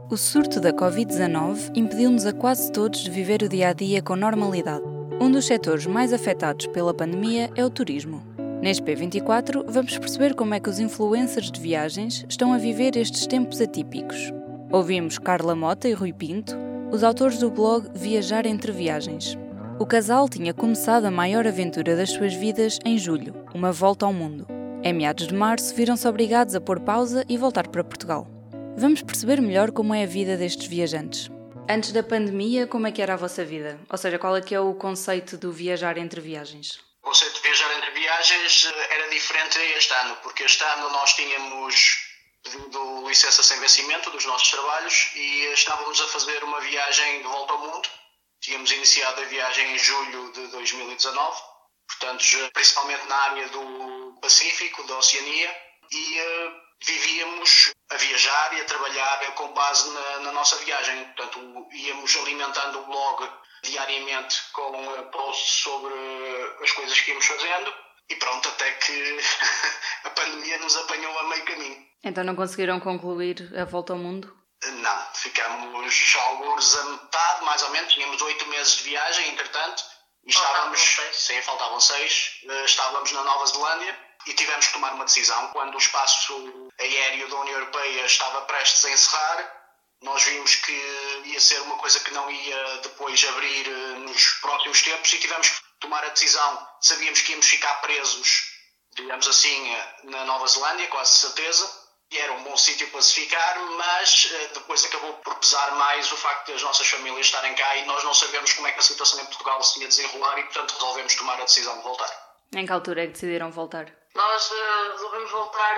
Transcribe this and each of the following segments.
O surto da Covid-19 impediu-nos a quase todos de viver o dia-a-dia com normalidade. Um dos setores mais afetados pela pandemia é o turismo. Neste P24, vamos perceber como é que os influencers de viagens estão a viver estes tempos atípicos. Ouvimos Carla Mota e Rui Pinto, os autores do blog Viajar entre Viagens. O casal tinha começado a maior aventura das suas vidas em julho, uma volta ao mundo. Em meados de março, viram-se obrigados a pôr pausa e voltar para Portugal. Vamos perceber melhor como é a vida destes viajantes. Antes da pandemia, como é que era a vossa vida? Ou seja, qual é que é o conceito do viajar entre viagens? O conceito de viajar entre viagens era diferente este ano, porque este ano nós tínhamos pedido licença sem vencimento dos nossos trabalhos e estávamos a fazer uma viagem de volta ao mundo. Tínhamos iniciado a viagem em julho de 2019, portanto, principalmente na área do Pacífico, da Oceania, e vivíamos a viajar e a trabalhar com base na nossa viagem. Portanto, íamos alimentando o blog diariamente com posts sobre as coisas que íamos fazendo e pronto, até que a pandemia nos apanhou a meio caminho. Então não conseguiram concluir a volta ao mundo? Não, ficámos alguns a metade, mais ou menos. Tínhamos 8 meses de viagem, entretanto, e faltavam 6. Estávamos na Nova Zelândia e tivemos que tomar uma decisão. Quando o espaço aéreo da União Europeia estava prestes a encerrar, nós vimos que ia ser uma coisa que não ia depois abrir nos próximos tempos e tivemos que tomar a decisão. Sabíamos que íamos ficar presos, digamos assim, na Nova Zelândia, quase certeza. E era um bom sítio para se ficar, mas depois acabou por pesar mais o facto de as nossas famílias estarem cá e nós não sabemos como é que a situação em Portugal se ia desenrolar e, portanto, resolvemos tomar a decisão de voltar. Em que altura é que decidiram voltar? Nós resolvemos voltar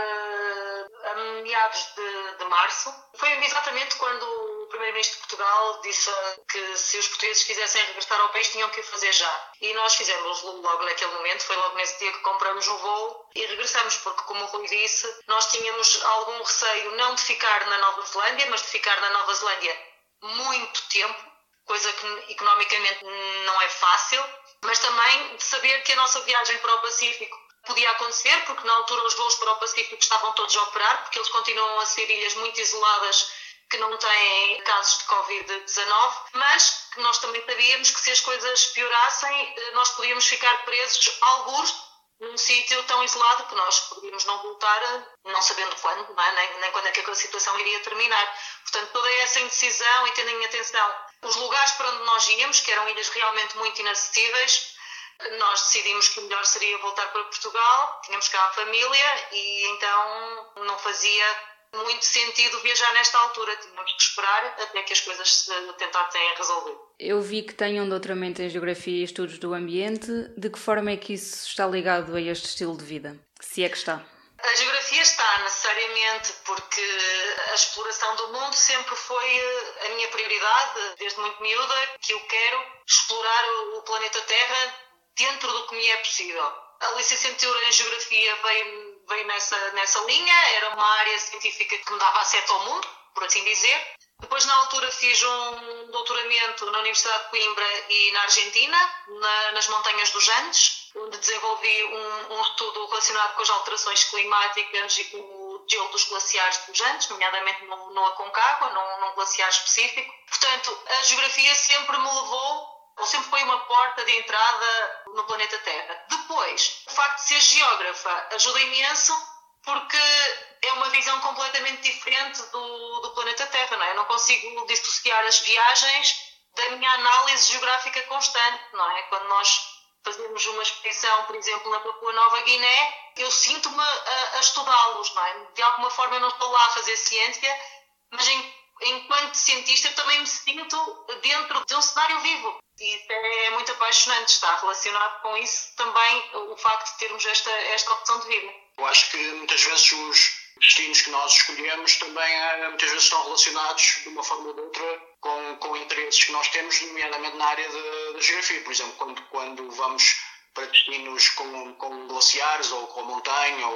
a meados de março. Foi exatamente quando o Primeiro-Ministro de Portugal disse que se os portugueses quisessem regressar ao país tinham que o fazer já. E nós fizemos logo naquele momento, foi logo nesse dia que compramos o voo e regressamos, porque como o Rui disse, nós tínhamos algum receio não de ficar na Nova Zelândia, mas de ficar na Nova Zelândia muito tempo, coisa que economicamente não é fácil, mas também de saber que a nossa viagem para o Pacífico podia acontecer, porque na altura os voos para o Pacífico estavam todos a operar, porque eles continuam a ser ilhas muito isoladas que não têm casos de Covid-19, mas que nós também sabíamos que se as coisas piorassem, nós podíamos ficar presos algures num sítio tão isolado que nós podíamos não voltar, não sabendo quando, não é? Nem quando é que a situação iria terminar. Portanto, toda essa indecisão e tendo em atenção os lugares para onde nós íamos, que eram ilhas realmente muito inacessíveis, nós decidimos que o melhor seria voltar para Portugal, tínhamos cá a família e então não fazia muito sentido viajar nesta altura, tínhamos que esperar até que as coisas se tentassem resolver. Eu vi que têm um doutoramento em Geografia e Estudos do Ambiente. De que forma é que isso está ligado a este estilo de vida? Se é que está? A geografia está necessariamente porque a exploração do mundo sempre foi a minha prioridade, desde muito miúda, que eu quero explorar o planeta Terra dentro do que me é possível. A licenciatura em Geografia veio nessa linha, era uma área científica que me dava acesso ao mundo, por assim dizer. Depois, na altura, fiz um doutoramento na Universidade de Coimbra e na Argentina, nas montanhas dos Andes, onde desenvolvi um estudo relacionado com as alterações climáticas e com o gelo dos glaciares dos Andes, nomeadamente no Aconcagua, num glaciar específico. Portanto, a geografia sempre me levou, ou sempre foi uma porta de entrada no planeta Terra. Depois, o facto de ser geógrafa ajuda imenso porque é uma visão completamente diferente do planeta Terra, não é? Eu não consigo dissociar as viagens da minha análise geográfica constante, não é? Quando nós fazemos uma expedição, por exemplo, na Papua Nova Guiné, eu sinto-me a estudá-los, não é? De alguma forma eu não estou lá a fazer ciência, mas enquanto cientista eu também me sinto dentro de um cenário vivo. E é muito apaixonante, está relacionado com isso também o facto de termos esta opção de vida. Eu acho que muitas vezes os destinos que nós escolhemos também muitas vezes estão relacionados de uma forma ou de outra com interesses que nós temos, nomeadamente na área da geografia. Por exemplo, quando vamos para destinos com glaciares ou com montanha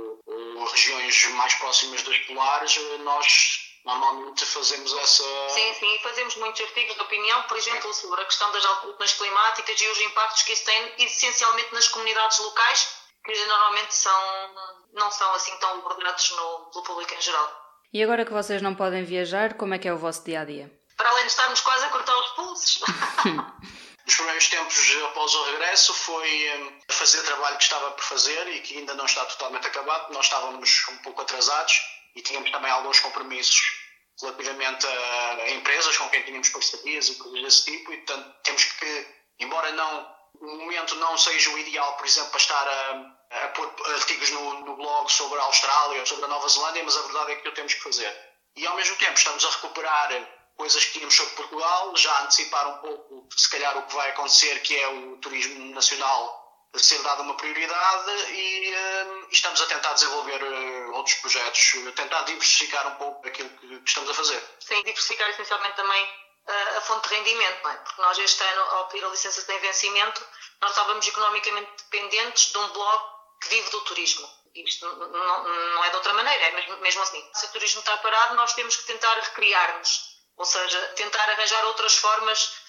ou regiões mais próximas das polares, nós normalmente fazemos essa... Sim, fazemos muitos artigos de opinião, por exemplo, sobre a questão das alterações climáticas e os impactos que isso tem essencialmente nas comunidades locais, que normalmente não são assim tão abordados pelo público em geral. E agora que vocês não podem viajar, como é que é o vosso dia-a-dia? Para além de estarmos quase a cortar os pulsos. Nos primeiros tempos após o regresso foi fazer o trabalho que estava por fazer e que ainda não está totalmente acabado. Nós estávamos um pouco atrasados e tínhamos também alguns compromissos relativamente a empresas com quem tínhamos parcerias e coisas desse tipo, e portanto temos que, embora o momento não seja o ideal, por exemplo, para estar a pôr artigos no blog sobre a Austrália ou sobre a Nova Zelândia, mas a verdade é que o temos que fazer. E ao mesmo tempo estamos a recuperar coisas que tínhamos sobre Portugal, já antecipar um pouco, se calhar, o que vai acontecer, que é o turismo nacional ser dado uma prioridade, e estamos a tentar desenvolver outros projetos, tentar diversificar um pouco aquilo que estamos a fazer. Sim, diversificar essencialmente também a fonte de rendimento, não é? Porque nós este ano, ao pedir a licença sem vencimento, nós estávamos economicamente dependentes de um blog que vive do turismo. Isto não é de outra maneira, é mesmo assim. Se o turismo está parado, nós temos que tentar recriar-nos, ou seja, tentar arranjar outras formas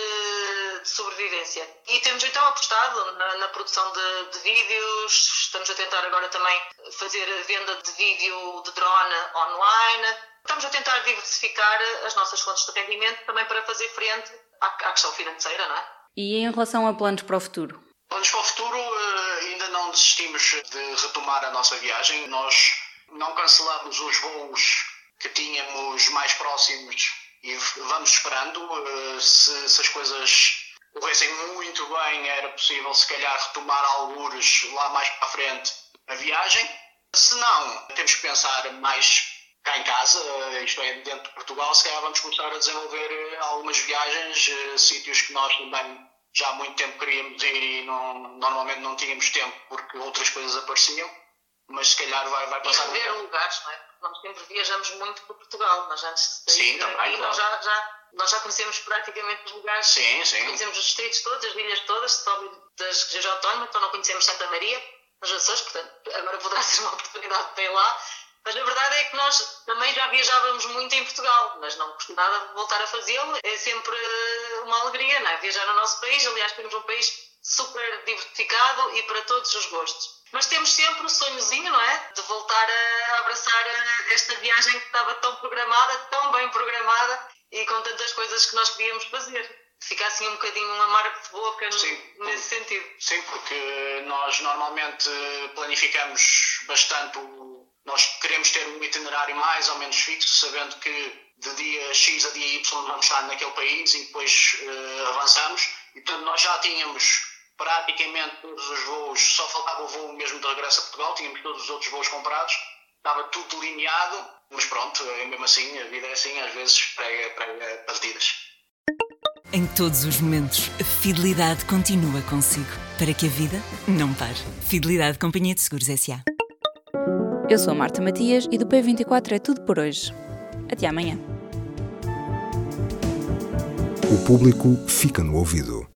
de sobrevivência. E temos então apostado na produção de vídeos, estamos a tentar agora também fazer a venda de vídeo de drone online. Estamos a tentar diversificar as nossas fontes de rendimento também para fazer frente à questão financeira, não é? E em relação a planos para o futuro? Planos para o futuro, ainda não desistimos de retomar a nossa viagem. Nós não cancelamos os voos que tínhamos mais próximos e vamos esperando. Se as coisas corressem muito bem, era possível se calhar retomar algures lá mais para a frente a viagem. Se não, temos que pensar mais cá em casa, isto é, dentro de Portugal. Se calhar vamos começar a desenvolver algumas viagens, sítios que nós também já há muito tempo queríamos ir e normalmente não tínhamos tempo porque outras coisas apareciam, mas se calhar vai passar... E rever lugares, não é? Porque nós sempre viajamos muito por Portugal, mas antes de sim, também, claro. nós já conhecemos praticamente os lugares, sim. Conhecemos os distritos todos, as ilhas todas, só das regiões autónomas, então não conhecemos Santa Maria, nos Açores, portanto agora poderá ser uma oportunidade para ir lá. Mas a verdade é que nós também já viajávamos muito em Portugal, mas não custa nada voltar a fazê-lo. É sempre uma alegria, não é? Viajar no nosso país. Aliás, temos um país super diversificado e para todos os gostos. Mas temos sempre o sonhozinho, não é? De voltar a abraçar esta viagem que estava tão programada, tão bem programada e com tantas coisas que nós queríamos fazer. Fica assim um bocadinho um amargo de boca nesse sentido. Sim, porque nós normalmente planificamos bastante Nós queremos ter um itinerário mais ou menos fixo, sabendo que de dia X a dia Y vamos estar naquele país e depois avançamos. E portanto nós já tínhamos praticamente todos os voos, só faltava o voo mesmo de regresso a Portugal, tínhamos todos os outros voos comprados, estava tudo delineado, mas pronto, mesmo assim, a vida é assim, às vezes prega partidas. Em todos os momentos, a fidelidade continua consigo, para que a vida não pare. Fidelidade Companhia de Seguros S.A. Eu sou a Marta Matias e do P24 é tudo por hoje. Até amanhã. O público fica no ouvido.